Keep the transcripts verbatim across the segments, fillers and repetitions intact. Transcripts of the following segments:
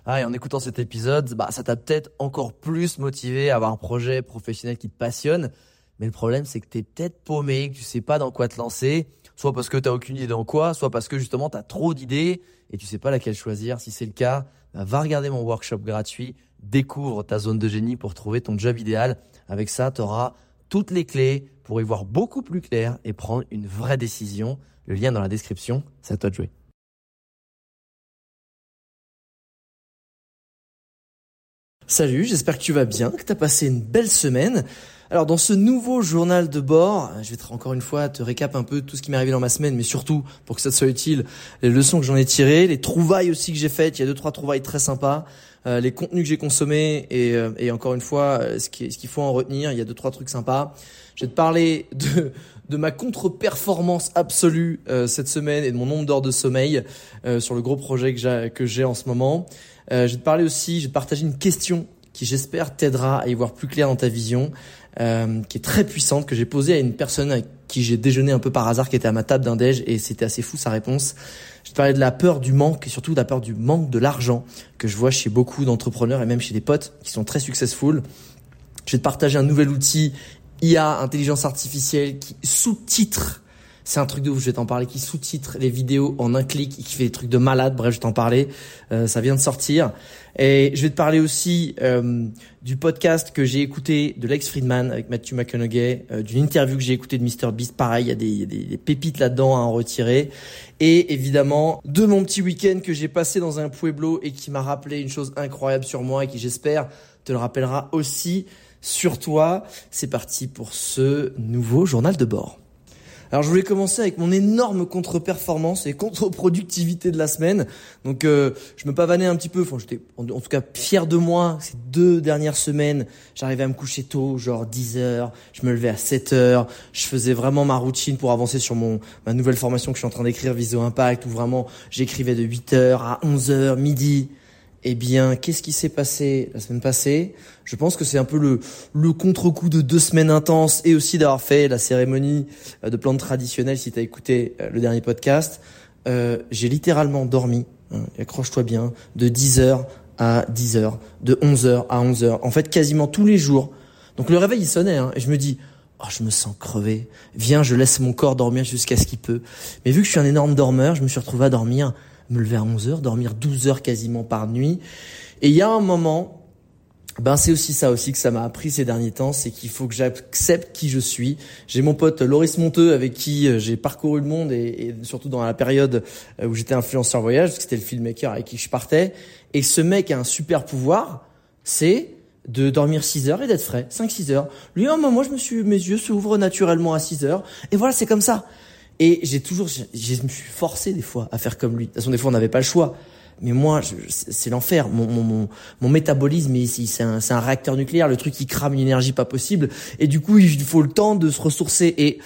Ah, et en écoutant cet épisode, bah, ça t'a peut-être encore plus motivé à avoir un projet professionnel qui te passionne. Mais le problème, c'est que t'es peut-être paumé, que tu sais pas dans quoi te lancer. Soit parce que t'as aucune idée dans quoi, soit parce que justement t'as trop d'idées et tu sais pas laquelle choisir. Si c'est le cas, bah, va regarder mon workshop gratuit. Découvre ta zone de génie pour trouver ton job idéal. Avec ça, t'auras toutes les clés pour y voir beaucoup plus clair et prendre une vraie décision. Le lien dans la description, c'est à toi de jouer. Salut, j'espère que tu vas bien, que tu as passé une belle semaine. Alors dans ce nouveau journal de bord, je vais te, encore une fois te récap un peu tout ce qui m'est arrivé dans ma semaine, mais surtout pour que ça te soit utile, les leçons que j'en ai tirées, les trouvailles aussi que j'ai faites. Il y a deux trois trouvailles très sympas, euh, les contenus que j'ai consommés et, euh, et encore une fois euh, ce qui, ce qu'il faut en retenir. Il y a deux trois trucs sympas. Je vais te parler de de ma contre-performance absolue euh, cette semaine et de mon nombre d'heures de sommeil euh, sur le gros projet que j'ai, que j'ai en ce moment. Euh, je vais te parler aussi, je vais te partager une question qui j'espère t'aidera à y voir plus clair dans ta vision, euh, qui est très puissante, que j'ai posée à une personne avec qui j'ai déjeuné un peu par hasard, qui était à ma table d'un déj, et c'était assez fou sa réponse. Je vais te parler de la peur du manque et surtout de la peur du manque de l'argent que je vois chez beaucoup d'entrepreneurs et même chez des potes qui sont très successful. Je vais te partager un nouvel outil I A, intelligence artificielle, qui sous-titre. C'est un truc de ouf, je vais t'en parler, qui sous-titre les vidéos en un clic et qui fait des trucs de malade. Bref, je vais t'en parler. Euh, ça vient de sortir. Et je vais te parler aussi euh, du podcast que j'ai écouté de Lex Fridman avec Matthew McConaughey, euh, d'une interview que j'ai écoutée de MrBeast. Pareil, il y a des, il y a des, des pépites là-dedans à en retirer. Et évidemment, de mon petit week-end que j'ai passé dans un pueblo et qui m'a rappelé une chose incroyable sur moi et qui, j'espère, te le rappellera aussi sur toi. C'est parti pour ce nouveau journal de bord. Alors je voulais commencer avec mon énorme contre-performance et contre-productivité de la semaine. Donc euh, je me pavanais un petit peu, enfin j'étais en, en tout cas fier de moi. Ces deux dernières semaines, j'arrivais à me coucher tôt, genre dix heures, je me levais à sept heures, je faisais vraiment ma routine pour avancer sur mon ma nouvelle formation que je suis en train d'écrire, Viso Impact, où vraiment j'écrivais de huit heures à onze heures, midi. Eh bien, qu'est-ce qui s'est passé la semaine passée? Je pense que c'est un peu le, le contre-coup de deux semaines intenses et aussi d'avoir fait la cérémonie de plantes traditionnelles. Si tu as écouté le dernier podcast, euh, j'ai littéralement dormi, hein, accroche-toi bien, de dix heures à dix heures, de onze heures à onze heures. En fait, quasiment tous les jours. Donc le réveil, il sonnait, hein, et je me dis, oh, je me sens crevé. Viens, je laisse mon corps dormir jusqu'à ce qu'il peut. Mais vu que je suis un énorme dormeur, je me suis retrouvé à dormir me lever à onze heures, dormir douze heures quasiment par nuit. Et il y a un moment, ben c'est aussi ça aussi que ça m'a appris ces derniers temps, c'est qu'il faut que j'accepte qui je suis. J'ai mon pote Loris Monteux avec qui j'ai parcouru le monde et, et surtout dans la période où j'étais influenceur voyage, parce que c'était le filmmaker avec qui je partais. Et ce mec a un super pouvoir, c'est de dormir six heures et d'être frais, cinq six heures. Lui, à un moment, je me suis, mes yeux s'ouvrent naturellement à six heures. Et voilà, c'est comme ça. Et j'ai toujours, je, je me suis forcé des fois à faire comme lui. De toute façon, des fois, on n'avait pas le choix. Mais moi, je, c'est l'enfer. Mon, mon, mon, mon métabolisme, c'est un, c'est un réacteur nucléaire. Le truc, il crame une énergie pas possible. Et du coup, il faut le temps de se ressourcer. Et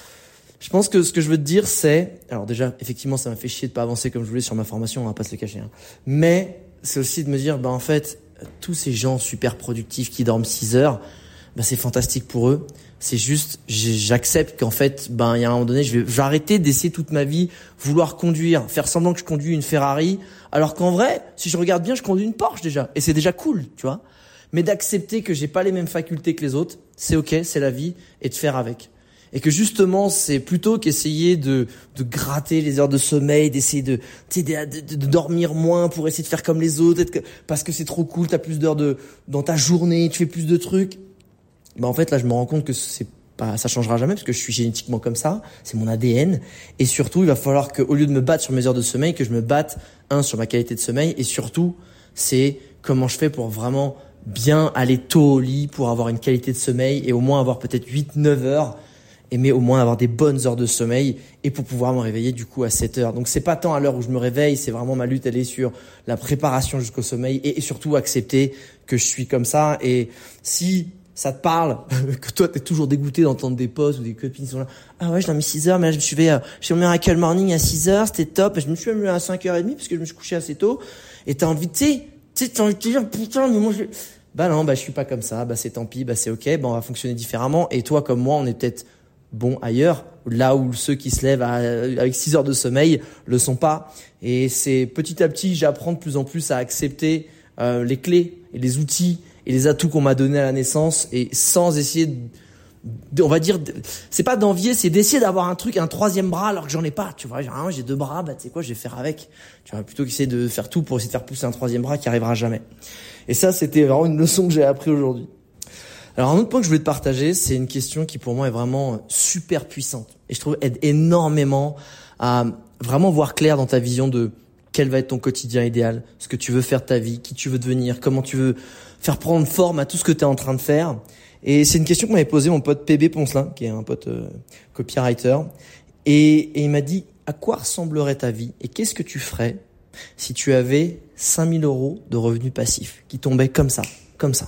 je pense que ce que je veux te dire, c'est, alors déjà, effectivement, ça m'a fait chier de pas avancer comme je voulais sur ma formation. On va pas se le cacher. Hein. Mais c'est aussi de me dire, bah en fait, tous ces gens super productifs qui dorment six heures, bah c'est fantastique pour eux. C'est juste, j'accepte qu'en fait, ben il y a un moment donné, je vais, je vais arrêter d'essayer toute ma vie vouloir conduire, faire semblant que je conduis une Ferrari, alors qu'en vrai, si je regarde bien, je conduis une Porsche déjà, et c'est déjà cool, tu vois. Mais d'accepter que j'ai pas les mêmes facultés que les autres, c'est ok, c'est la vie, et de faire avec. Et que justement, c'est plutôt qu'essayer de de gratter les heures de sommeil, d'essayer de tu sais de, de, de dormir moins pour essayer de faire comme les autres, que, parce que c'est trop cool, t'as plus d'heures de dans ta journée, tu fais plus de trucs. Bah en fait là je me rends compte que c'est pas, ça changera jamais parce que je suis génétiquement comme ça, c'est mon A D N. Et surtout il va falloir que au lieu de me battre sur mes heures de sommeil, que je me batte un sur ma qualité de sommeil, et surtout c'est comment je fais pour vraiment bien aller tôt au lit pour avoir une qualité de sommeil et au moins avoir peut-être huit neuf heures, et mais au moins avoir des bonnes heures de sommeil et pour pouvoir me réveiller du coup à sept heures. Donc c'est pas tant à l'heure où je me réveille, c'est vraiment ma lutte, elle est sur la préparation jusqu'au sommeil et, et surtout accepter que je suis comme ça. Et si ça te parle, que toi t'es toujours dégoûté d'entendre des potes ou des copines qui sont là, ah ouais je dormi six heures, mais là je me suis fait, j'ai eu mon Miracle Morning à six heures, c'était top, et je me suis même levé à cinq heures trente parce que je me suis couché assez tôt, et t'as envie, tu sais, tu sais, t'as envie de te dire, putain, mais moi je, bah non, bah je suis pas comme ça, bah c'est tant pis, bah c'est ok, bah on va fonctionner différemment, et toi comme moi on est peut-être bon ailleurs, là où ceux qui se lèvent à, avec six heures de sommeil le sont pas. Et c'est petit à petit, j'apprends de plus en plus à accepter euh, les clés et les outils et les atouts qu'on m'a donnés à la naissance et sans essayer de, de on va dire, de, c'est pas d'envier, c'est d'essayer d'avoir un truc, un troisième bras alors que j'en ai pas. Tu vois, genre, j'ai deux bras, bah tu sais quoi, je vais faire avec. Tu vois, plutôt qu'essayer de faire tout pour essayer de faire pousser un troisième bras qui arrivera jamais. Et ça, c'était vraiment une leçon que j'ai appris aujourd'hui. Alors un autre point que je voulais te partager, c'est une question qui pour moi est vraiment super puissante et je trouve aide énormément à vraiment voir clair dans ta vision de quel va être ton quotidien idéal, ce que tu veux faire de ta vie, qui tu veux devenir, comment tu veux faire prendre forme à tout ce que tu es en train de faire. Et c'est une question que m'avait posée mon pote P B Poncelin, qui est un pote euh, copywriter, et, et il m'a dit à quoi ressemblerait ta vie et qu'est-ce que tu ferais si tu avais cinq mille euros de revenus passifs qui tombaient comme ça, comme ça.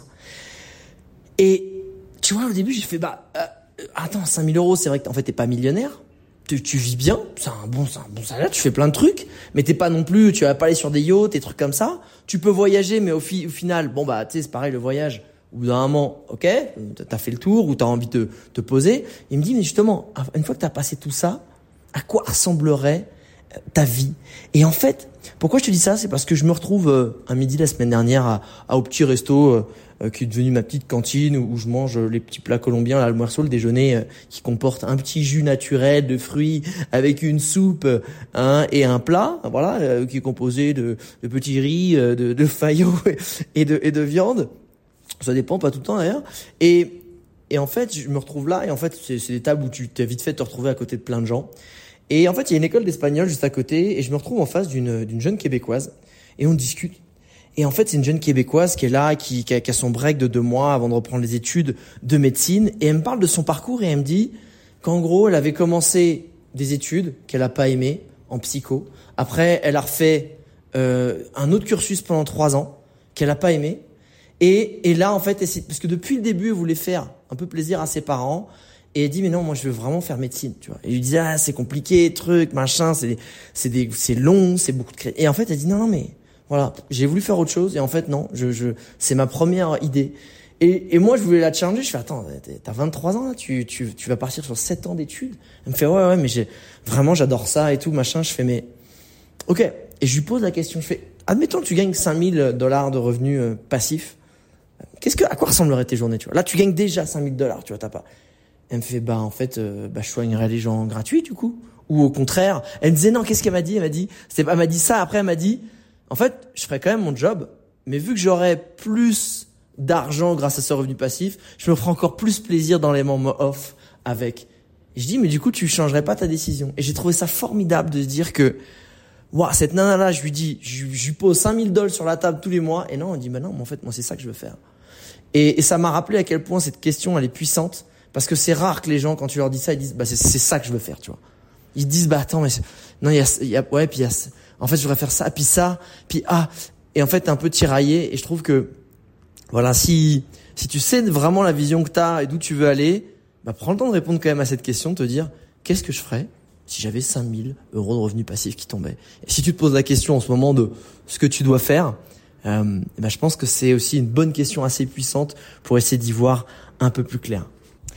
Et tu vois, au début, j'ai fait, bah, euh, attends, cinq mille euros, c'est vrai que en fait, t'es pas millionnaire. Tu, tu vis bien, c'est un bon, c'est un bon salaire, tu fais plein de trucs, mais t'es pas non plus, tu vas pas aller sur des yachts, des trucs comme ça. Tu peux voyager, mais au, fi, au final, bon bah, tu sais, c'est pareil, le voyage. Au bout d'un moment, ok, t'as fait le tour ou t'as envie de te poser. Il me dit, mais justement, une fois que t'as passé tout ça, à quoi ressemblerait ta vie? Et en fait, pourquoi je te dis ça? C'est parce que je me retrouve euh, un midi la semaine dernière à, à au petit resto euh, euh, qui est devenu ma petite cantine où, où je mange les petits plats colombiens, l'almuerzo, le déjeuner euh, qui comporte un petit jus naturel de fruits avec une soupe euh, hein, et un plat, voilà, euh, qui est composé de, de petits riz, euh, de, de faillots et de, et de viande. Ça dépend, pas tout le temps d'ailleurs. Et, et en fait, je me retrouve là et en fait, c'est, c'est des tables où tu t'es vite fait te retrouver à côté de plein de gens. Et en fait, il y a une école d'espagnol juste à côté et je me retrouve en face d'une, d'une jeune Québécoise et on discute. Et en fait, c'est une jeune Québécoise qui est là, qui, qui, a, qui a son break de deux mois avant de reprendre les études de médecine et elle me parle de son parcours et elle me dit qu'en gros, elle avait commencé des études qu'elle a pas aimées en psycho. Après, elle a refait euh, un autre cursus pendant trois ans qu'elle a pas aimé. Et, et là, en fait, elle, parce que depuis le début, elle voulait faire un peu plaisir à ses parents. Et elle dit, mais non, moi, je veux vraiment faire médecine, tu vois. Et je lui disais, ah, c'est compliqué, truc, machin, c'est, c'est des, c'est long, c'est beaucoup de crédit. Et en fait, elle dit, non, non, mais, voilà, j'ai voulu faire autre chose. Et en fait, non, je, je, c'est ma première idée. Et, et moi, je voulais la challenger. Je fais, attends, t'as vingt-trois ans, là, tu, tu, tu vas partir sur sept ans d'études. Elle me fait, ouais, ouais, mais j'ai, vraiment, j'adore ça et tout, machin. Je fais, mais, ok. Et je lui pose la question, je fais, admettons que tu gagnes cinq mille dollars de revenus euh, passifs. Qu'est-ce que, à quoi ressembleraient tes journées, tu vois? Là, tu gagnes déjà cinq mille dollars, tu vois, t'as pas. Elle me fait, bah, en fait, euh, bah, je soignerais les gens gratuits, du coup. Ou au contraire. Elle me disait, non, qu'est-ce qu'elle m'a dit? Elle m'a dit, c'est pas, elle m'a dit ça. Après, elle m'a dit, en fait, je ferais quand même mon job, mais vu que j'aurais plus d'argent grâce à ce revenu passif, je me ferais encore plus plaisir dans les moments off avec. Et je dis, mais du coup, tu changerais pas ta décision. Et j'ai trouvé ça formidable de se dire que, waouh, cette nana-là, je lui dis, je, je lui pose cinq mille dollars sur la table tous les mois. Et non, on dit, bah non, mais en fait, moi, c'est ça que je veux faire. Et, et ça m'a rappelé à quel point cette question, elle est puissante. Parce que c'est rare que les gens, quand tu leur dis ça, ils disent, bah, c'est, c'est ça que je veux faire, tu vois. Ils se disent, bah, attends, mais, non, il y a, il y a, ouais, puis il y a, en fait, je voudrais faire ça, puis ça, puis ah. Et en fait, t'es un peu tiraillé. Et je trouve que, voilà, si, si tu sais vraiment la vision que t'as et d'où tu veux aller, bah, prends le temps de répondre quand même à cette question, de te dire, qu'est-ce que je ferais si j'avais cinq mille euros de revenus passifs qui tombaient? Et si tu te poses la question en ce moment de ce que tu dois faire, euh, bah, je pense que c'est aussi une bonne question assez puissante pour essayer d'y voir un peu plus clair.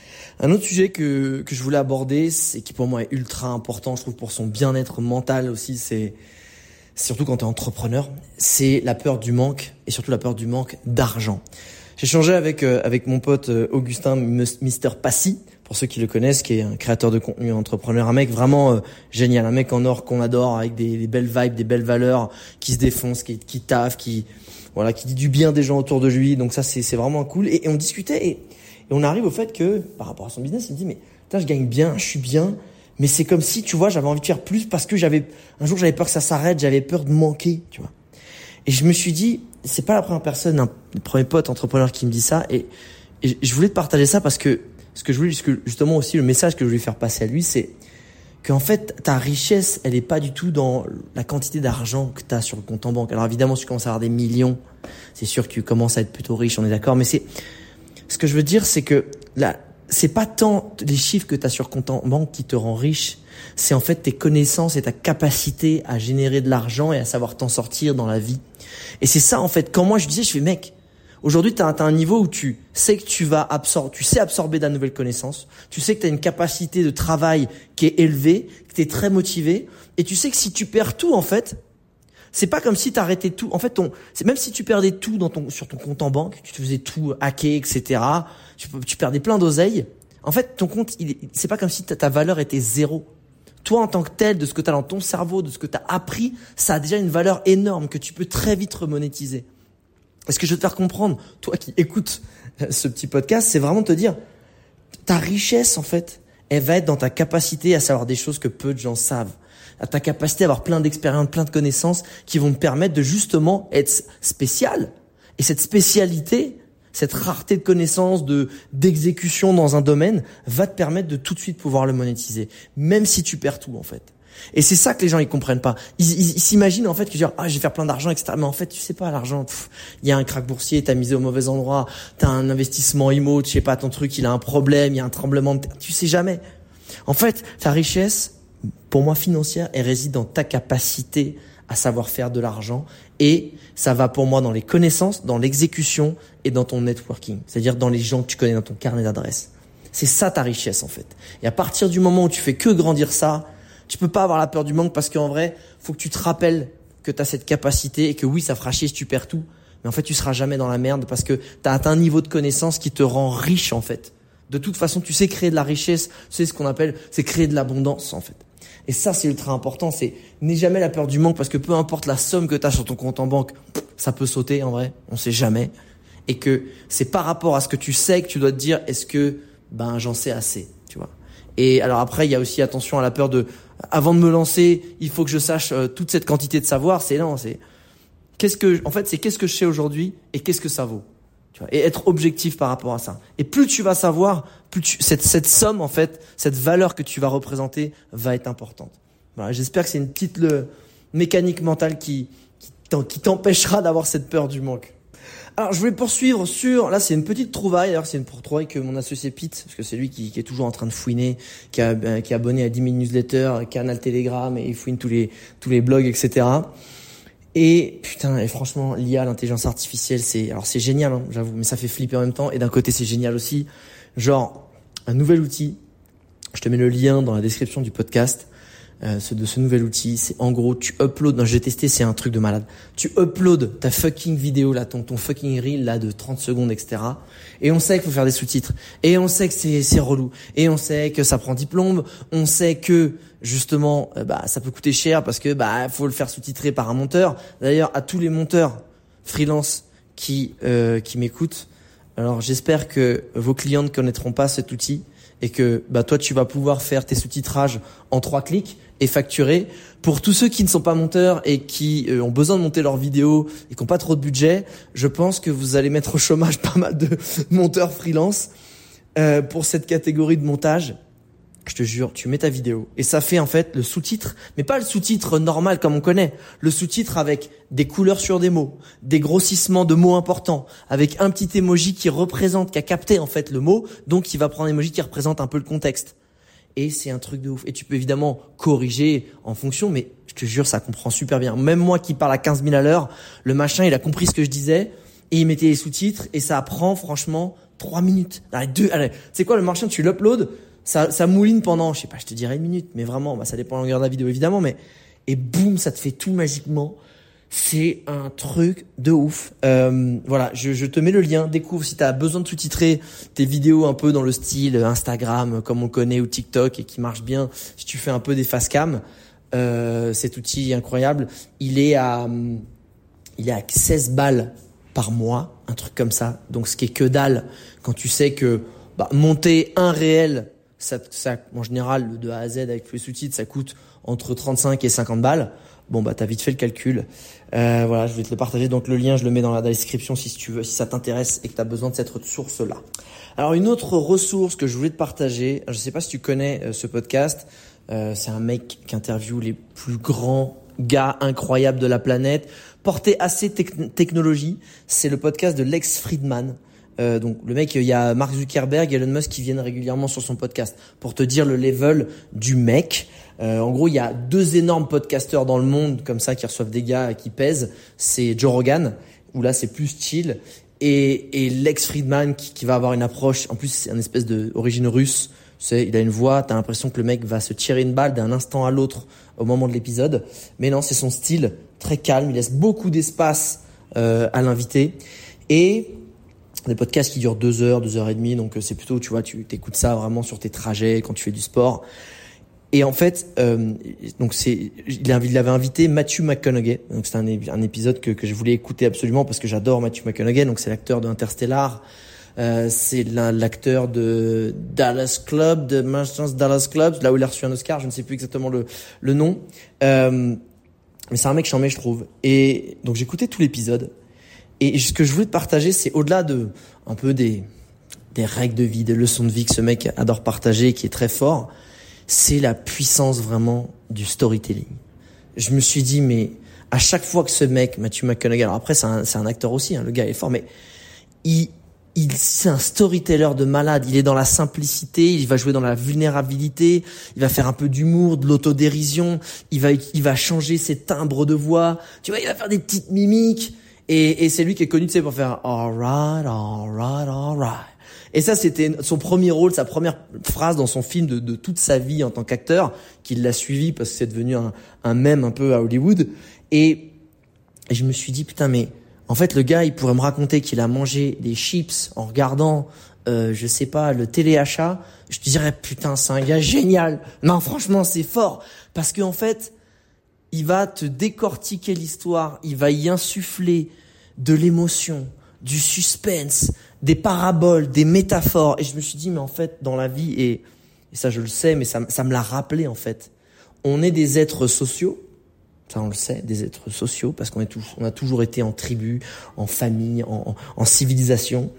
Un autre sujet que que je voulais aborder, c'est qui pour moi est ultra important, je trouve pour son bien-être mental aussi, c'est surtout quand tu es entrepreneur, c'est la peur du manque et surtout la peur du manque d'argent. J'ai échangé avec euh, avec mon pote euh, Augustin Mister Passy, pour ceux qui le connaissent, qui est un créateur de contenu, entrepreneur, un mec vraiment euh, génial, un mec en or qu'on adore, avec des, des belles vibes, des belles valeurs, qui se défonce, qui qui taffe, qui voilà, qui dit du bien des gens autour de lui. Donc ça c'est c'est vraiment cool. Et, et on discutait et Et on arrive au fait que, par rapport à son business, il me dit, mais, putain, je gagne bien, je suis bien, mais c'est comme si, tu vois, j'avais envie de faire plus parce que j'avais, un jour, j'avais peur que ça s'arrête, j'avais peur de manquer, tu vois. Et je me suis dit, c'est pas la première personne, un premier pote entrepreneur qui me dit ça, et, et je voulais te partager ça parce que, ce que je voulais, justement aussi, le message que je voulais faire passer à lui, c'est qu'en fait, ta richesse, elle est pas du tout dans la quantité d'argent que tu as sur le compte en banque. Alors évidemment, si tu commences à avoir des millions, c'est sûr que tu commences à être plutôt riche, on est d'accord, mais c'est, ce que je veux dire, c'est que là, c'est pas tant les chiffres que tu as sur compte en banque qui te rend riche, c'est en fait tes connaissances et ta capacité à générer de l'argent et à savoir t'en sortir dans la vie. Et c'est ça en fait, quand moi je disais, je fais mec, aujourd'hui tu as un niveau où tu sais que tu vas absorber, tu sais absorber de la nouvelle connaissance, tu sais que tu as une capacité de travail qui est élevée, que tu es très motivé, et tu sais que si tu perds tout en fait, C'est pas comme si t'arrêtais tout. En fait, ton, c'est même si tu perdais tout dans ton, sur ton compte en banque, tu te faisais tout hacker, et cetera. Tu, tu perdais plein d'oseille. En fait, ton compte, il, c'est pas comme si ta, ta valeur était zéro. Toi, en tant que tel, de ce que t'as dans ton cerveau, de ce que t'as appris, ça a déjà une valeur énorme que tu peux très vite remonétiser. Et ce que je veux te faire comprendre, toi qui écoutes ce petit podcast, c'est vraiment te dire, ta richesse, en fait, elle va être dans ta capacité à savoir des choses que peu de gens savent. À ta capacité à avoir plein d'expériences, plein de connaissances qui vont te permettre de justement être spécial. Et cette spécialité, cette rareté de connaissances, de d'exécution dans un domaine, va te permettre de tout de suite pouvoir le monétiser, même si tu perds tout en fait. Et c'est ça que les gens ils comprennent pas. Ils, ils, ils s'imaginent en fait que dire ah je vais faire plein d'argent et cetera. Mais en fait tu sais pas l'argent. Il y a un krach boursier, t'as misé au mauvais endroit, t'as un investissement immo, tu sais pas ton truc il a un problème, il y a un tremblement de terre, tu sais jamais. En fait ta richesse, pour moi financière, elle réside dans ta capacité à savoir faire de l'argent et ça va pour moi dans les connaissances, dans l'exécution et dans ton networking, c'est-à-dire dans les gens que tu connais dans ton carnet d'adresses. C'est ça ta richesse en fait. Et à partir du moment où tu fais que grandir ça, tu peux pas avoir la peur du manque parce qu'en vrai, faut que tu te rappelles que tu as cette capacité et que oui, ça fera chier si tu perds tout, mais en fait, tu seras jamais dans la merde parce que tu as atteint un niveau de connaissance qui te rend riche en fait. De toute façon, tu sais créer de la richesse, tu sais ce qu'on appelle, c'est créer de l'abondance en fait. Et ça, c'est ultra important, c'est n'aie jamais la peur du manque parce que peu importe la somme que tu as sur ton compte en banque, ça peut sauter en vrai, on sait jamais. Et que c'est par rapport à ce que tu sais que tu dois te dire, est-ce que ben j'en sais assez, tu vois. Et alors après, il y a aussi attention à la peur de, avant de me lancer, il faut que je sache euh, toute cette quantité de savoir. C'est non, c'est qu'est-ce que, en fait, c'est qu'est-ce que je sais aujourd'hui et qu'est-ce que ça vaut, tu vois. Et être objectif par rapport à ça. Et plus tu vas savoir, plus tu, cette cette somme en fait, cette valeur que tu vas représenter va être importante. Voilà, j'espère que c'est une petite le, mécanique mentale qui qui, qui t'empêchera d'avoir cette peur du manque. Alors, je voulais poursuivre sur, là, c'est une petite trouvaille. D'ailleurs, c'est une trouvaille que mon associé Pete, parce que c'est lui qui, qui est toujours en train de fouiner, qui, a, qui est abonné à dix mille newsletters, canal Telegram, et il fouine tous les, tous les blogs, et cetera. Et, putain, et franchement, l'I A, l'intelligence artificielle, c'est, alors c'est génial, hein, j'avoue, mais ça fait flipper en même temps. Et d'un côté, c'est génial aussi. Genre, un nouvel outil. Je te mets le lien dans la description du podcast. Euh, ce, de ce nouvel outil, c'est en gros tu uploads, non j'ai testé, c'est un truc de malade. Tu uploads ta fucking vidéo là, ton ton fucking reel là de trente secondes, et cetera. Et on sait qu'il faut faire des sous-titres. Et on sait que c'est c'est relou. Et on sait que ça prend dix plombes. On sait que justement, euh, bah ça peut coûter cher parce que bah faut le faire sous-titrer par un monteur. D'ailleurs, à tous les monteurs freelance qui euh, qui m'écoutent, alors j'espère que vos clients ne connaîtront pas cet outil et que bah toi tu vas pouvoir faire tes sous-titrages en trois clics et facturer. Pour tous ceux qui ne sont pas monteurs et qui euh, ont besoin de monter leurs vidéos et qui n'ont pas trop de budget, je pense que vous allez mettre au chômage pas mal de monteurs freelance euh, pour cette catégorie de montage. Je te jure, tu mets ta vidéo et ça fait en fait le sous-titre, mais pas le sous-titre normal comme on connaît, le sous-titre avec des couleurs sur des mots, des grossissements de mots importants, avec un petit emoji qui représente, qui a capté en fait le mot, donc il va prendre un emoji qui représente un peu le contexte. Et c'est un truc de ouf. Et tu peux évidemment corriger en fonction, mais je te jure, ça comprend super bien. Même moi qui parle à quinze mille à l'heure, le machin, il a compris ce que je disais et il mettait les sous-titres et ça prend franchement trois minutes. Allez, deux, allez. Tu sais quoi, le machin, tu l'uploads, ça, ça mouline pendant, je sais pas, je te dirais une minute, mais vraiment, bah, ça dépend de la longueur de la vidéo évidemment, mais, et boum, ça te fait tout magiquement. C'est un truc de ouf. Euh, voilà, je, je te mets le lien. Découvre si tu as besoin de sous-titrer tes vidéos un peu dans le style Instagram, comme on connaît, ou TikTok, et qui marche bien. Si tu fais un peu des face cam, euh, cet outil est incroyable. Il est à, il est à seize balles par mois, un truc comme ça. Donc, ce qui est que dalle quand tu sais que bah, monter un réel, ça, ça, en général, de A à Z avec les sous-titres, ça coûte entre trente-cinq et cinquante balles. Bon, bah, t'as vite fait le calcul. Euh, voilà, je vais te le partager. Donc, le lien, je le mets dans la description si tu veux, si ça t'intéresse et que t'as besoin de cette ressource-là. Alors, une autre ressource que je voulais te partager, je sais pas si tu connais euh, ce podcast. Euh, c'est un mec qui interviewe les plus grands gars incroyables de la planète, porté assez tec- technologie. C'est le podcast de Lex Fridman. Euh, donc le mec, il y a Mark Zuckerberg et Elon Musk qui viennent régulièrement sur son podcast pour te dire le level du mec. Euh, en gros, il y a deux énormes podcasteurs dans le monde comme ça qui reçoivent des gars qui pèsent. C'est Joe Rogan, où là c'est plus chill, et, et Lex Fridman qui, qui va avoir une approche. En plus, c'est une espèce de origine russe. C'est, il a une voix, t'as l'impression que le mec va se tirer une balle d'un instant à l'autre au moment de l'épisode. Mais non, c'est son style très calme, il laisse beaucoup d'espace euh, à l'invité et des podcasts qui durent deux heures, deux heures et demie, donc c'est plutôt, tu vois, tu t'écoutes ça vraiment sur tes trajets quand tu fais du sport. Et en fait, euh, donc c'est, il avait invité Matthew McConaughey. Donc c'est un, un épisode que, que je voulais écouter absolument parce que j'adore Matthew McConaughey. Donc c'est l'acteur de Interstellar, euh, c'est l'acteur de Dallas Club, de Manchester Dallas Club, là où il a reçu un Oscar. Je ne sais plus exactement le le nom, euh, mais c'est un mec charmé, je trouve. Et donc j'écoutais tout l'épisode. Et ce que je voulais te partager, c'est au-delà de un peu des des règles de vie, des leçons de vie que ce mec adore partager, qui est très fort. C'est la puissance vraiment du storytelling. Je me suis dit, mais à chaque fois que ce mec, Matthew McConaughey, alors après c'est un, c'est un acteur aussi, hein, le gars est fort, mais il, il, c'est un storyteller de malade. Il est dans la simplicité, il va jouer dans la vulnérabilité, il va faire un peu d'humour, de l'autodérision, il va, il va changer ses timbres de voix, tu vois, il va faire des petites mimiques. Et, et c'est lui qui est connu, tu sais, pour faire alright, alright, alright. Et ça, c'était son premier rôle, sa première phrase dans son film de, de toute sa vie en tant qu'acteur, qu'il l'a suivi parce que c'est devenu un, un mème un peu à Hollywood. Et, et je me suis dit, putain, mais en fait, le gars, il pourrait me raconter qu'il a mangé des chips en regardant, euh, je sais pas, le téléachat. Je te dirais, putain, c'est un gars génial. Non, franchement, c'est fort. Parce qu'en fait, il va te décortiquer l'histoire, il va y insuffler de l'émotion, du suspense, des paraboles, des métaphores. Et je me suis dit, mais en fait, dans la vie, et, et ça je le sais, mais ça, ça me l'a rappelé en fait, on est des êtres sociaux, ça on le sait, des êtres sociaux, parce qu'on est tous, on a toujours été en tribu, en famille, en, en, en civilisation,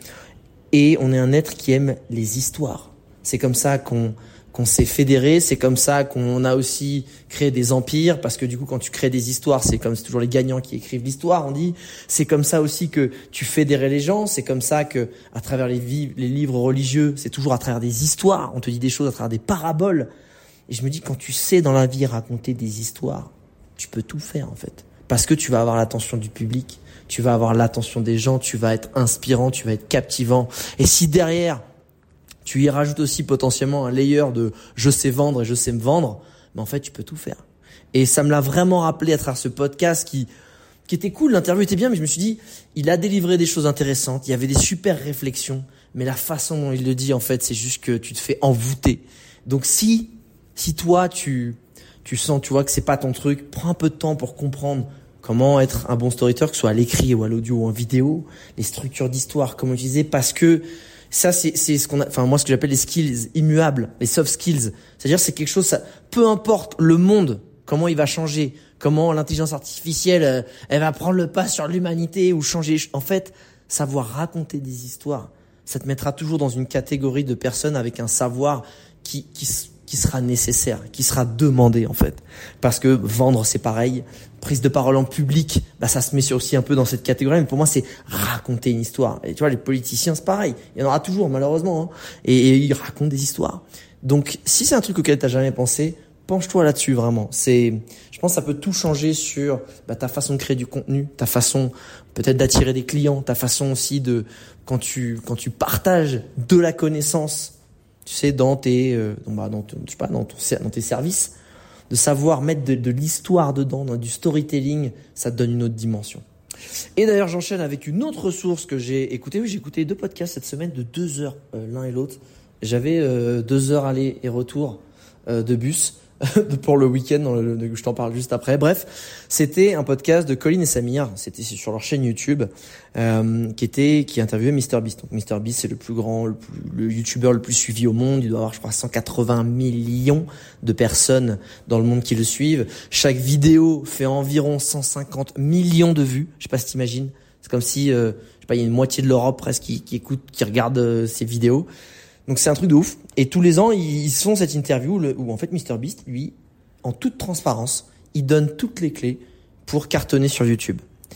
et on est un être qui aime les histoires. C'est comme ça qu'on qu'on s'est fédéré, c'est comme ça qu'on a aussi créé des empires, parce que du coup quand tu crées des histoires, c'est comme c'est toujours les gagnants qui écrivent l'histoire, on dit. C'est comme ça aussi que tu fédérais les gens, c'est comme ça que à travers les, vi- les livres religieux, c'est toujours à travers des histoires, on te dit des choses à travers des paraboles. Et je me dis, quand tu sais dans la vie raconter des histoires, tu peux tout faire en fait, parce que tu vas avoir l'attention du public, tu vas avoir l'attention des gens, tu vas être inspirant, tu vas être captivant. Et si derrière tu y rajoutes aussi potentiellement un layer de je sais vendre et je sais me vendre, mais en fait, tu peux tout faire. Et ça me l'a vraiment rappelé à travers ce podcast qui, qui était cool. L'interview était bien, mais je me suis dit, il a délivré des choses intéressantes. Il y avait des super réflexions, mais la façon dont il le dit, en fait, c'est juste que tu te fais envoûter. Donc si, si toi, tu, tu sens, tu vois que c'est pas ton truc, prends un peu de temps pour comprendre comment être un bon storyteller, que ce soit à l'écrit ou à l'audio ou en vidéo, les structures d'histoire, comment utiliser, parce que ça, c'est, c'est ce qu'on a, enfin, moi, ce que j'appelle les skills immuables, les soft skills. C'est-à-dire, c'est quelque chose, ça, peu importe le monde, comment il va changer, comment l'intelligence artificielle, euh, elle va prendre le pas sur l'humanité ou changer. En fait, savoir raconter des histoires, ça te mettra toujours dans une catégorie de personnes avec un savoir qui, qui, qui sera nécessaire, qui sera demandé, en fait. Parce que vendre, c'est pareil. Prise de parole en public, bah ça se met aussi un peu dans cette catégorie, mais pour moi c'est raconter une histoire. Et tu vois, les politiciens c'est pareil, il y en aura toujours malheureusement, hein. et, et ils racontent des histoires. Donc si c'est un truc auquel t'as jamais pensé, penche-toi là-dessus vraiment. C'est, je pense que ça peut tout changer sur bah, ta façon de créer du contenu, ta façon peut-être d'attirer des clients, ta façon aussi de quand tu quand tu partages de la connaissance, tu sais, dans tes euh, bah, dans ton, je sais pas dans ton dans tes services. De savoir mettre de, de l'histoire dedans, dans du storytelling, ça te donne une autre dimension. Et d'ailleurs, j'enchaîne avec une autre source que j'ai écoutée. Oui, j'ai écouté deux podcasts cette semaine de deux heures euh, l'un et l'autre. J'avais euh, deux heures aller et retour euh, de bus pour le week-end, dans le, le, je t'en parle juste après. Bref, c'était un podcast de Colin et Samir. C'était sur leur chaîne YouTube, euh, qui était qui interviewait MrBeast. Donc MrBeast, c'est le plus grand, le, plus, le YouTuber le plus suivi au monde. Il doit avoir, je crois, cent quatre-vingts millions de personnes dans le monde qui le suivent. Chaque vidéo fait environ cent cinquante millions de vues. Je sais pas si t'imagines. C'est comme si, euh, je sais pas, il y a une moitié de l'Europe presque qui, qui écoute, qui regarde euh, ces vidéos. Donc c'est un truc de ouf. Et tous les ans, ils font cette interview où en fait MrBeast, lui, en toute transparence, il donne toutes les clés pour cartonner sur YouTube.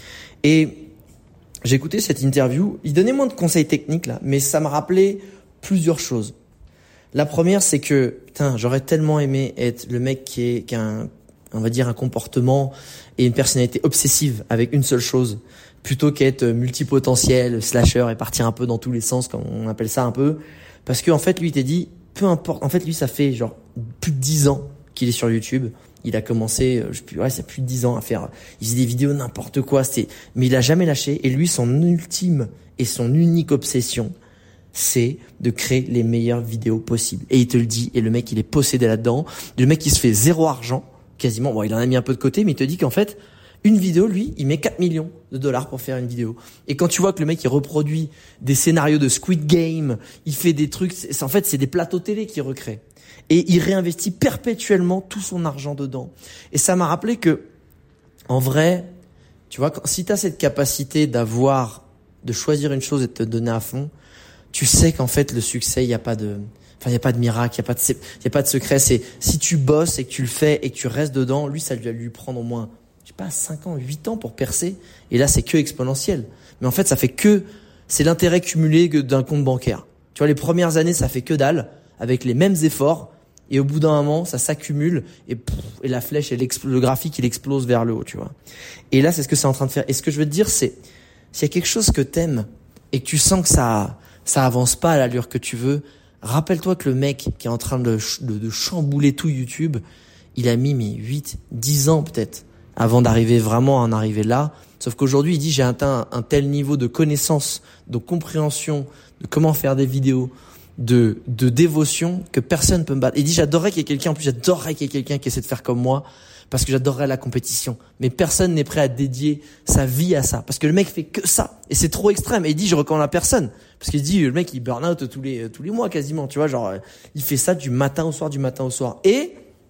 Et j'ai écouté cette interview. Il donnait moins de conseils techniques là, mais ça m'a rappelé plusieurs choses. La première, c'est que putain, j'aurais tellement aimé être le mec qui est qui a un, on va dire un comportement et une personnalité obsessive avec une seule chose, plutôt qu'être multipotentiel, slasher et partir un peu dans tous les sens, comme on appelle ça un peu. Parce que en fait, lui, il t'a dit, peu importe. En fait, lui, ça fait genre plus de dix ans qu'il est sur YouTube. Il a commencé, je sais plus, ouais, ça plus de dix ans à faire, il faisait des vidéos n'importe quoi, c'était, mais il a jamais lâché. Et lui, son ultime et son unique obsession, c'est de créer les meilleures vidéos possibles. Et il te le dit, et le mec, il est possédé là-dedans. Le mec, il se fait zéro argent, quasiment. Bon, il en a mis un peu de côté, mais il te dit qu'en fait, une vidéo, lui, il met quatre millions de dollars pour faire une vidéo. Et quand tu vois que le mec, il reproduit des scénarios de Squid Game, il fait des trucs, c'est, en fait, c'est des plateaux télé qu'il recrée. Et il réinvestit perpétuellement tout son argent dedans. Et ça m'a rappelé que, en vrai, tu vois, quand, si t'as cette capacité d'avoir, de choisir une chose et de te donner à fond, tu sais qu'en fait, le succès, il y a pas de, enfin, il y a pas de miracle, il y a pas de, il y a pas de secret. C'est, si tu bosses et que tu le fais et que tu restes dedans, lui, ça lui va lui prendre au moins, je sais pas, cinq ans, huit ans pour percer. Et là, c'est que exponentiel. Mais en fait, ça fait que, c'est l'intérêt cumulé d'un compte bancaire. Tu vois, les premières années, ça fait que dalle, avec les mêmes efforts. Et au bout d'un moment, ça s'accumule et, pff, et la flèche, elle expl- le graphique, il explose vers le haut, tu vois. Et là, c'est ce que c'est en train de faire. Et ce que je veux te dire, c'est, s'il y a quelque chose que t'aimes et que tu sens que ça, ça avance pas à l'allure que tu veux, rappelle-toi que le mec qui est en train de, de, de chambouler tout YouTube, il a mis, mais huit, dix ans peut-être avant d'arriver vraiment à en arriver là. Sauf qu'aujourd'hui, il dit, j'ai atteint un, un tel niveau de connaissance, de compréhension, de comment faire des vidéos, de de dévotion que personne peut me battre. Il dit j'adorerais qu'il y ait quelqu'un, en plus j'adorerais qu'il y ait quelqu'un qui essaie de faire comme moi parce que j'adorerais la compétition. Mais personne n'est prêt à dédier sa vie à ça parce que le mec fait que ça et c'est trop extrême. Et il dit je recommande à personne parce qu'il dit le mec il burn out tous les tous les mois quasiment, tu vois, genre il fait ça du matin au soir, du matin au soir. Et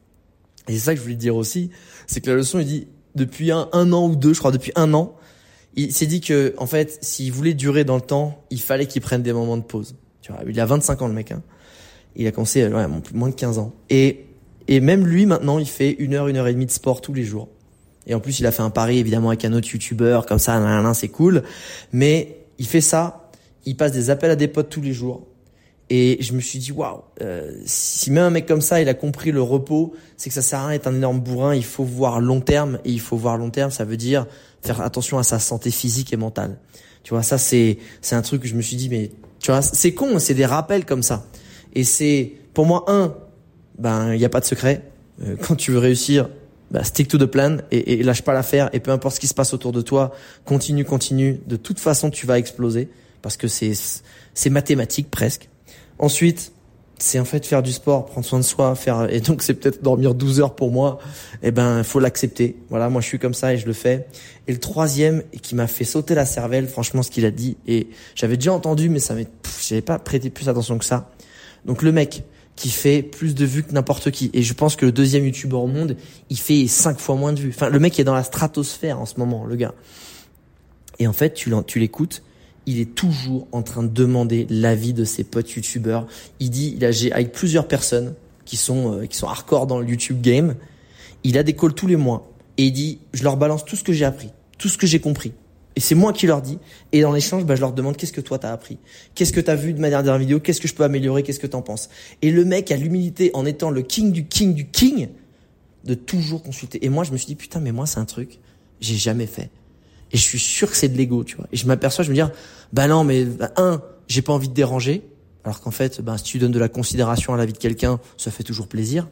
et c'est ça que je voulais te dire aussi, c'est que la leçon il dit depuis un un an ou deux, je crois depuis un an, il s'est dit que en fait s'il voulait durer dans le temps, il fallait qu'il prenne des moments de pause. Tu vois, il a vingt-cinq ans le mec, hein. Il a commencé, ouais, moins de quinze ans. Et, et même lui, maintenant, il fait une heure, une heure et demie de sport tous les jours. Et en plus, il a fait un pari, évidemment, avec un autre youtubeur, comme ça, nan, nan, c'est cool. Mais il fait ça, il passe des appels à des potes tous les jours. Et je me suis dit, waouh, euh, si même un mec comme ça, il a compris le repos, c'est que ça sert à rien d'être un énorme bourrin, il faut voir long terme. Et il faut voir long terme, ça veut dire faire attention à sa santé physique et mentale. Tu vois, ça, c'est, c'est un truc que je me suis dit, mais, tu vois, c'est con, c'est des rappels comme ça. Et c'est, pour moi, un, ben, il n'y a pas de secret. Euh, quand tu veux réussir, ben, stick to the plan et, et lâche pas l'affaire. Et peu importe ce qui se passe autour de toi, continue, continue. De toute façon, tu vas exploser parce que c'est, c'est mathématique presque. Ensuite, c'est en fait faire du sport, prendre soin de soi, faire, et donc c'est peut-être dormir douze heures pour moi. Eh ben, faut l'accepter. Voilà, moi je suis comme ça et je le fais. Et le troisième, et qui m'a fait sauter la cervelle, franchement, ce qu'il a dit, et j'avais déjà entendu, mais ça m'est, pff, j'avais pas prêté plus attention que ça. Donc le mec qui fait plus de vues que n'importe qui, et je pense que le deuxième youtubeur au monde, il fait cinq fois moins de vues. Enfin, le mec est dans la stratosphère en ce moment, le gars. Et en fait, tu, tu l'écoutes, il est toujours en train de demander l'avis de ses potes youtubeurs. Il dit, il a, j'ai, avec plusieurs personnes qui sont, euh, qui sont hardcore dans le YouTube game, il a des calls tous les mois. Et il dit, je leur balance tout ce que j'ai appris, tout ce que j'ai compris. Et c'est moi qui leur dis. Et dans l'échange, bah, je leur demande, qu'est-ce que toi t'as appris? Qu'est-ce que t'as vu de ma dernière vidéo? Qu'est-ce que je peux améliorer? Qu'est-ce que t'en penses? Et le mec a l'humilité, en étant le king du king du king, de toujours consulter. Et moi, je me suis dit, putain, mais moi, c'est un truc, j'ai jamais fait. Et je suis sûr que c'est de l'ego, tu vois. Et je m'aperçois, je me dis, bah non, mais, bah, un, j'ai pas envie de déranger. Alors qu'en fait, bah, si tu donnes de la considération à la vie de quelqu'un, ça fait toujours plaisir.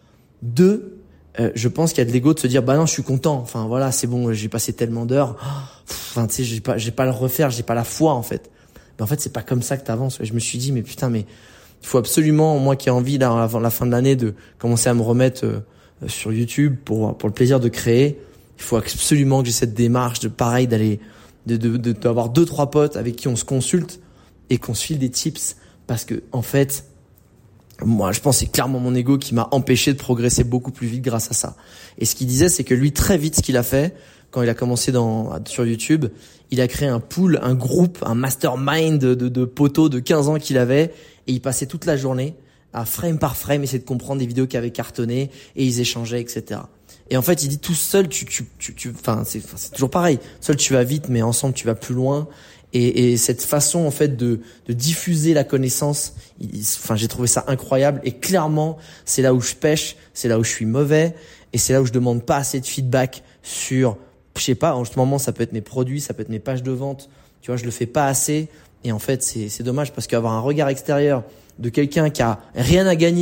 Deux, Euh, je pense qu'il y a de l'ego de se dire bah non je suis content, enfin voilà c'est bon, j'ai passé tellement d'heures, enfin tu sais j'ai pas j'ai pas à le refaire, j'ai pas la foi en fait. Mais en fait c'est pas comme ça que t'avances. Je me suis dit mais putain mais il faut absolument, moi qui ai envie là avant la fin de l'année de commencer à me remettre euh, sur YouTube pour pour le plaisir de créer, il faut absolument que j'ai cette démarche de pareil d'aller de de de d'avoir deux trois potes avec qui on se consulte et qu'on se file des tips parce que en fait moi, je pense que c'est clairement mon ego qui m'a empêché de progresser beaucoup plus vite grâce à ça. Et ce qu'il disait, c'est que lui, très vite, ce qu'il a fait, quand il a commencé dans, sur YouTube, il a créé un pool, un groupe, un mastermind de, de, de potos de quinze ans qu'il avait, et il passait toute la journée à frame par frame essayer de comprendre des vidéos qui avaient cartonné, et ils échangeaient, et cetera. Et en fait, il dit tout seul, tu, tu, tu, tu, enfin, c'est, c'est toujours pareil. Seul, tu vas vite, mais ensemble, tu vas plus loin. Et, et cette façon en fait de, de diffuser la connaissance, il, enfin j'ai trouvé ça incroyable. Et clairement, c'est là où je pêche, c'est là où je suis mauvais, et c'est là où je demande pas assez de feedback sur, je sais pas, en ce moment ça peut être mes produits, ça peut être mes pages de vente. Tu vois, je le fais pas assez. Et en fait, c'est, c'est dommage parce qu'avoir un regard extérieur de quelqu'un qui a rien à gagner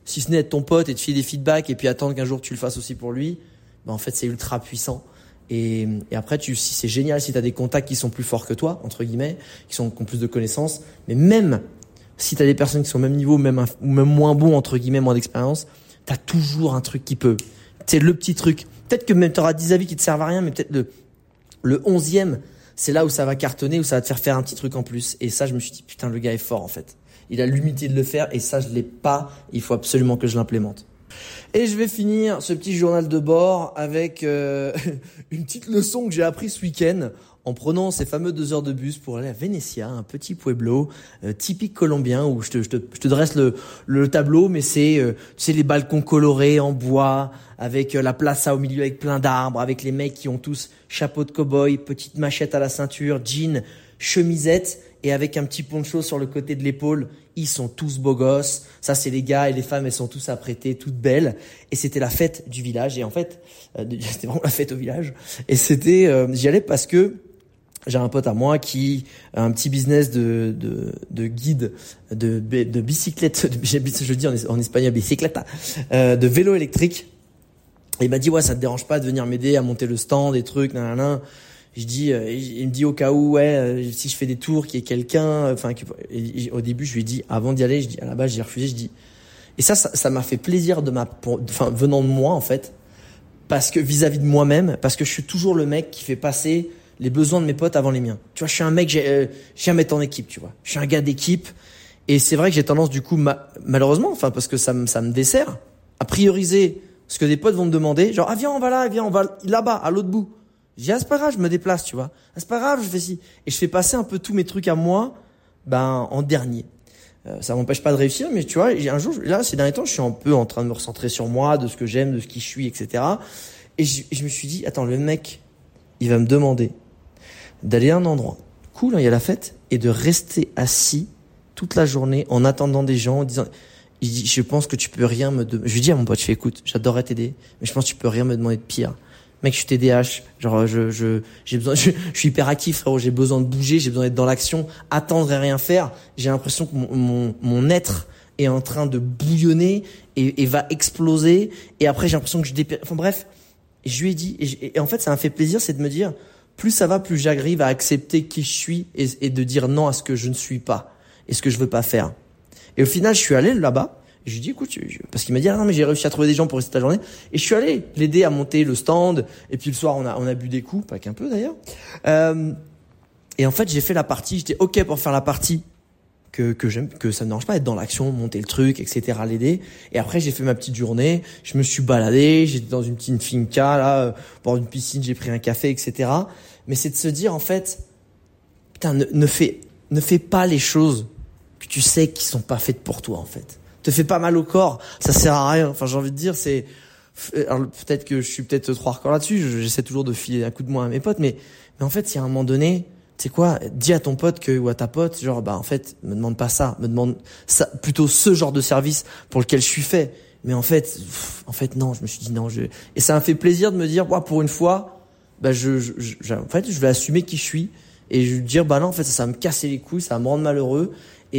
si ce n'est être ton pote et te filer des feedbacks et puis attendre qu'un jour tu le fasses aussi pour lui, ben en fait c'est ultra puissant. Et, et après, tu, si c'est génial si tu as des contacts qui sont plus forts que toi, entre guillemets, qui, sont, qui ont plus de connaissances. Mais même si tu as des personnes qui sont au même niveau, même, un, ou même moins bons, entre guillemets, moins d'expérience, tu as toujours un truc qui peut. C'est le petit truc. Peut-être que même tu auras dix avis qui te servent à rien, mais peut-être le, le onzième, c'est là où ça va cartonner, où ça va te faire faire un petit truc en plus. Et ça, je me suis dit, putain, le gars est fort en fait. Il a l'humilité de le faire et ça, je l'ai pas. Il faut absolument que je l'implémente. Et je vais finir ce petit journal de bord avec euh, une petite leçon que j'ai appris ce week-end en prenant ces fameux deux heures de bus pour aller à Venecia, un petit pueblo euh, typique colombien où je te, je te, je te dresse le, le tableau, mais c'est euh, tu sais les balcons colorés en bois avec euh, la plaza au milieu avec plein d'arbres, avec les mecs qui ont tous chapeau de cow-boy, petite machette à la ceinture, jean, chemisette et avec un petit poncho sur le côté de l'épaule. Ils sont tous beaux gosses. Ça, c'est les gars et les femmes, elles sont tous apprêtées, toutes belles. Et c'était la fête du village. Et en fait, euh, c'était vraiment la fête au village. Et c'était, euh, j'y allais parce que j'ai un pote à moi qui a un petit business de de, de guide de de bicyclette. De, je dis en, en espagnol bicicleta, euh, de vélo électrique. Et il m'a dit ouais, ça te dérange pas de venir m'aider à monter le stand, des trucs, nanana. Je dis, euh, il me dit au cas où, ouais, euh, si je fais des tours, qu'il y ait quelqu'un, enfin, euh, au début, je lui ai dit, avant d'y aller, je dis, à la base, j'ai refusé, je dis, et ça, ça, ça m'a fait plaisir de ma, enfin, venant de moi, en fait, parce que vis-à-vis de moi-même, parce que je suis toujours le mec qui fait passer les besoins de mes potes avant les miens. Tu vois, je suis un mec, j'ai, euh, j'aime être en équipe, tu vois. Je suis un gars d'équipe, et c'est vrai que j'ai tendance, du coup, ma, malheureusement, enfin, parce que ça me, ça me dessert, à prioriser ce que des potes vont me demander, genre, ah, viens, on va là, viens, on va là-bas, à l'autre bout. Je dis, ah, c'est pas grave, je me déplace, tu vois. Ah, c'est pas grave, je fais ci. Et je fais passer un peu tous mes trucs à moi, ben, en dernier. Euh, ça m'empêche pas de réussir, mais tu vois, un jour, là, ces derniers temps, je suis un peu en train de me recentrer sur moi, de ce que j'aime, de ce qui je suis, et cetera. Et je, je me suis dit, attends, le mec, il va me demander d'aller à un endroit cool, hein, il y a la fête, et de rester assis toute la journée en attendant des gens, en disant, il dit, je pense que tu peux rien me demander. Je lui dis à mon pote, je fais, écoute, j'adorerais t'aider, mais je pense que tu peux rien me demander de pire. Mec, je suis T D A H, genre je je j'ai besoin, je, je suis hyperactif frérot, j'ai besoin de bouger, j'ai besoin d'être dans l'action, attendre et rien faire. J'ai l'impression que mon mon, mon être est en train de bouillonner et, et va exploser. Et après j'ai l'impression que je dépéris. Enfin bref, je lui ai dit et, et en fait ça m'a fait plaisir, c'est de me dire plus ça va, plus j'arrive à accepter qui je suis et, et de dire non à ce que je ne suis pas et ce que je veux pas faire. Et au final, je suis allé là-bas. Et je lui ai dit, écoute, je... parce qu'il m'a dit, ah non, mais j'ai réussi à trouver des gens pour rester la journée. Et je suis allé l'aider à monter le stand. Et puis le soir, on a, on a bu des coups, pas qu'un peu d'ailleurs. Euh, et en fait, j'ai fait la partie, j'étais OK pour faire la partie que, que j'aime, que ça me dérange pas, être dans l'action, monter le truc, et cetera, l'aider. Et après, j'ai fait ma petite journée. Je me suis baladé, j'étais dans une petite finca, là, bord d'une piscine, j'ai pris un café, et cetera. Mais c'est de se dire, en fait, putain, ne, ne fais, ne fais pas les choses que tu sais qui sont pas faites pour toi, en fait. Te fais pas mal au corps, ça sert à rien. Enfin, j'ai envie de dire, c'est, alors peut-être que je suis peut-être trop hardcore là-dessus, j'essaie toujours de filer un coup de main à mes potes, mais, mais en fait, si à un moment donné, tu sais quoi, dis à ton pote que, ou à ta pote, genre, bah, en fait, me demande pas ça, me demande ça, plutôt ce genre de service pour lequel je suis fait. Mais en fait, pff, en fait, non, je me suis dit non, je, et ça m'a fait plaisir de me dire, ouais, pour une fois, bah, je, je, je, en fait, je vais assumer qui je suis et je vais dire, bah non, en fait, ça, ça va me casser les couilles, ça va me rendre malheureux.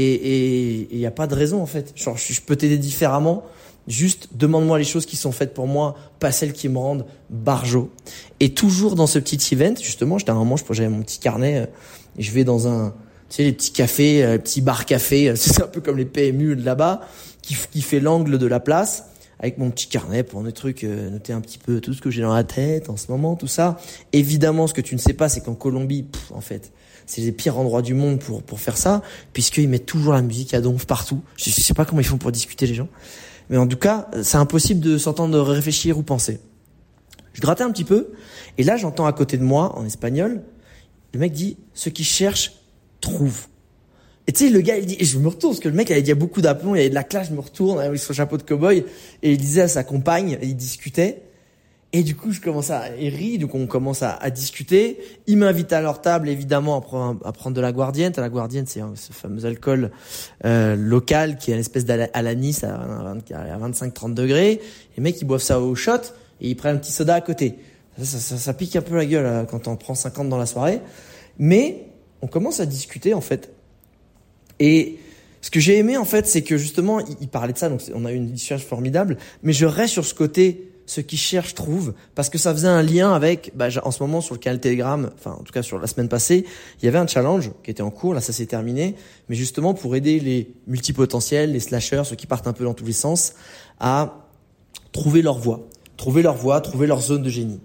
Et il y a pas de raison en fait. Genre je, je peux t'aider différemment. Juste demande-moi les choses qui sont faites pour moi, pas celles qui me rendent barjo. Et toujours dans ce petit event, justement, j'étais à un moment, j'avais mon petit carnet, euh, et je vais dans un, tu sais, les petits cafés, euh, petits bars cafés, euh, c'est un peu comme les P M U de là-bas, qui, qui fait l'angle de la place, avec mon petit carnet pour des trucs, euh, noter un petit peu tout ce que j'ai dans la tête en ce moment, tout ça. Évidemment, ce que tu ne sais pas, c'est qu'en Colombie, pff, en fait, c'est les pires endroits du monde pour pour faire ça, puisqu'ils mettent toujours la musique à donf partout. Je, je sais pas comment ils font pour discuter les gens, mais en tout cas, c'est impossible de s'entendre réfléchir ou penser. Je grattais un petit peu, et là j'entends à côté de moi, en espagnol, le mec dit « Ceux qui cherchent, trouvent ». Et tu sais, le gars, il dit, et je me retourne, parce que le mec, il avait dit beaucoup d'aplomb, il avait de la classe, je me retourne, avec son chapeau de cow-boy, et il disait à sa compagne, et il discutait. Et du coup, je commence à, il rit, donc on commence à, à discuter. Il m'invite à leur table, évidemment, à prendre, à prendre de la guardiente. La guardiente, c'est ce fameux alcool, euh, local, qui est une espèce d'alanis à, à vingt-cinq à trente degrés. Les mecs, ils boivent ça au shot, et ils prennent un petit soda à côté. Ça, ça, ça, ça pique un peu la gueule, là, quand on prend cinquante dans la soirée. Mais, on commence à discuter, en fait. Et Ce que j'ai aimé en fait, c'est que justement, il, il parlait de ça, donc on a eu une discussion formidable, mais je reste sur ce côté, ceux qui cherchent trouvent, parce que ça faisait un lien avec, bah, en ce moment sur le canal Telegram, enfin en tout cas sur la semaine passée, il y avait un challenge qui était en cours, là ça s'est terminé, mais justement pour aider les multipotentiels, les slashers, ceux qui partent un peu dans tous les sens, à trouver leur voie, trouver leur voie, trouver leur zone de génie.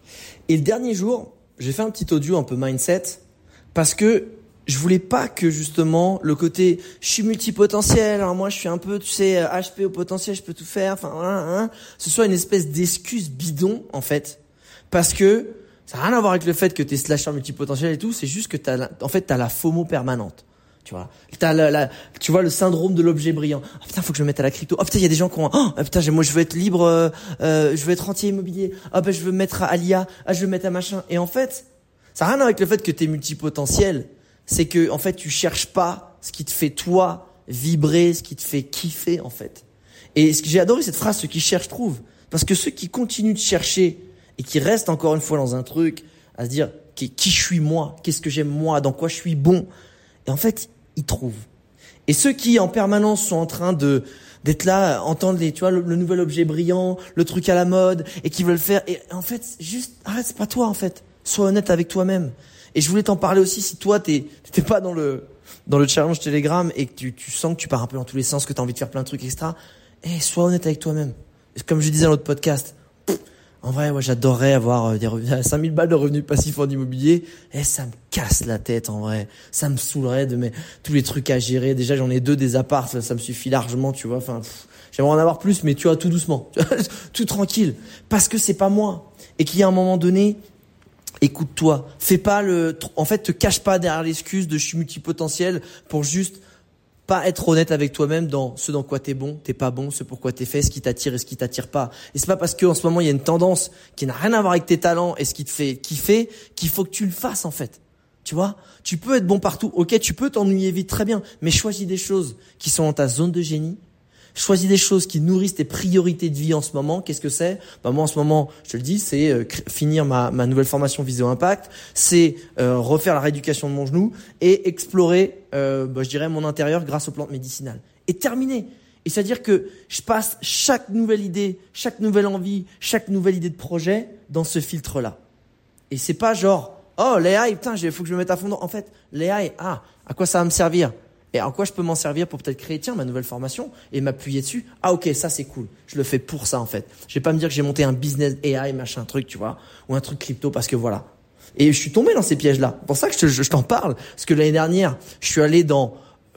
Et le dernier jour, j'ai fait un petit audio un peu mindset, parce que je voulais pas que justement le côté je suis multipotentiel, alors moi je suis un peu, tu sais, H P au potentiel, je peux tout faire, enfin, hein, hein, ce soit une espèce d'excuse bidon en fait, parce que ça n'a rien à voir avec le fait que t'es slasher multipotentiel et tout, c'est juste que t'as, la, en fait, t'as la FOMO permanente. Tu vois, t'as la, la, tu vois le syndrome de l'objet brillant. Oh putain, faut que je me mette à la crypto. Oh putain, il y a des gens qui ont, oh putain, moi je veux être libre, euh, euh, je veux être rentier immobilier. Ah ben je veux me mettre à l'I A, ah je veux me mettre à machin. Et en fait, ça n'a rien à voir avec le fait que t'es multipotentiel. C'est que en fait tu cherches pas ce qui te fait toi vibrer, ce qui te fait kiffer en fait. Et ce que j'ai adoré cette phrase, ceux qui cherchent trouvent, parce que ceux qui continuent de chercher et qui restent encore une fois dans un truc à se dire qui, qui je suis moi, qu'est-ce que j'aime moi, dans quoi je suis bon, et en fait ils trouvent. Et ceux qui en permanence sont en train de d'être là, entendre les, tu vois, le, le nouvel objet brillant, le truc à la mode, et qui veulent faire, et en fait juste arrête, c'est pas toi en fait. Sois honnête avec toi-même. Et je voulais t'en parler aussi, si toi t'es t'es pas dans le dans le challenge Telegram et que tu tu sens que tu pars un peu dans tous les sens, que t'as envie de faire plein de trucs, et cetera. Eh, sois honnête avec toi-même. Comme je disais dans l'autre podcast, pff, en vrai, moi j'adorerais avoir des revenus, cinq mille balles de revenus passifs en immobilier. Eh, ça me casse la tête en vrai. Ça me saoulerait de mes tous les trucs à gérer. Déjà j'en ai deux des apparts, ça, ça me suffit largement, tu vois. Enfin, pff, j'aimerais en avoir plus, mais tu vois, tout doucement, tout tranquille, parce que c'est pas moi. Et qu'il y a un moment donné. Écoute-toi, fais pas le, en fait, te cache pas derrière l'excuse de je suis multipotentiel pour juste pas être honnête avec toi-même dans ce dans quoi t'es bon, t'es pas bon, ce pourquoi t'es fait, ce qui t'attire et ce qui t'attire pas. Et c'est pas parce que en ce moment il y a une tendance qui n'a rien à voir avec tes talents et ce qui te fait kiffer qu'il faut que tu le fasses en fait. Tu vois, tu peux être bon partout. Ok, tu peux t'ennuyer vite, très bien, mais choisis des choses qui sont dans ta zone de génie. Choisis des choses qui nourrissent tes priorités de vie en ce moment. Qu'est-ce que c'est ? Bah moi en ce moment, je te le dis, c'est euh, finir ma, ma nouvelle formation Viséo Impact, c'est euh, refaire la rééducation de mon genou et explorer, euh, bah, je dirais, mon intérieur grâce aux plantes médicinales. Et terminer. Et c'est-à-dire que je passe chaque nouvelle idée, chaque nouvelle envie, chaque nouvelle idée de projet dans ce filtre-là. Et c'est pas genre, oh l'A I, putain, il faut que je me mette à fond dans. En fait, l'A I, ah, à quoi ça va me servir ? Et en quoi je peux m'en servir pour peut-être créer, tiens, ma nouvelle formation et m'appuyer dessus. Ah, ok, ça, c'est cool. Je le fais pour ça, en fait. Je vais pas me dire que j'ai monté un business A I, machin, truc, tu vois, ou un truc crypto parce que voilà. Et je suis tombé dans ces pièges-là. C'est pour ça que je, je, je t'en parle. Parce que l'année dernière, je suis allé dans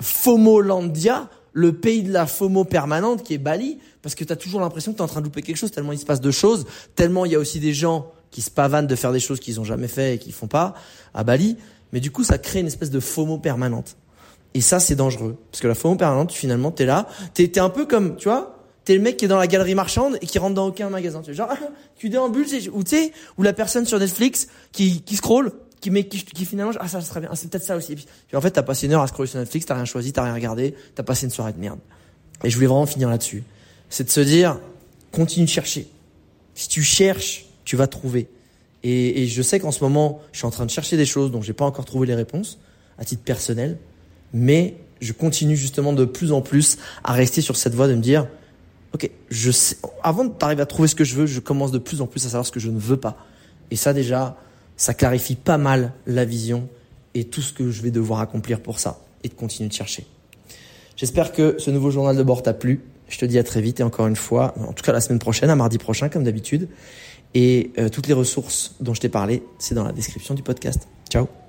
FOMOlandia, le pays de la FOMO permanente qui est Bali, parce que t'as toujours l'impression que t'es en train de louper quelque chose tellement il se passe de choses, tellement il y a aussi des gens qui se pavanent de faire des choses qu'ils ont jamais fait et qu'ils font pas à Bali. Mais du coup, ça crée une espèce de FOMO permanente. Et ça, c'est dangereux. Parce que la FOMO permanente, finalement, t'es là, t'es, t'es un peu comme, tu vois, t'es le mec qui est dans la galerie marchande et qui rentre dans aucun magasin. Tu sais, genre, tu déambules, ou tu sais, ou la personne sur Netflix qui, qui scrolle, qui met, qui, qui finalement, ah, ça, ça serait bien, ah, c'est peut-être ça aussi. Et puis, en fait, t'as passé une heure à scroller sur Netflix, t'as rien choisi, t'as rien regardé, t'as passé une soirée de merde. Et je voulais vraiment finir là-dessus. C'est de se dire, continue de chercher. Si tu cherches, tu vas trouver. Et, et je sais qu'en ce moment, je suis en train de chercher des choses dont j'ai pas encore trouvé les réponses, à titre personnel. Mais je continue justement de plus en plus à rester sur cette voie de me dire, ok, je sais, avant d'arriver à trouver ce que je veux, je commence de plus en plus à savoir ce que je ne veux pas. Et ça déjà, ça clarifie pas mal la vision et tout ce que je vais devoir accomplir pour ça et de continuer de chercher. J'espère que ce nouveau journal de bord t'a plu. Je te dis à très vite et encore une fois, en tout cas la semaine prochaine, à mardi prochain comme d'habitude. Et euh, toutes les ressources dont je t'ai parlé, c'est dans la description du podcast. Ciao.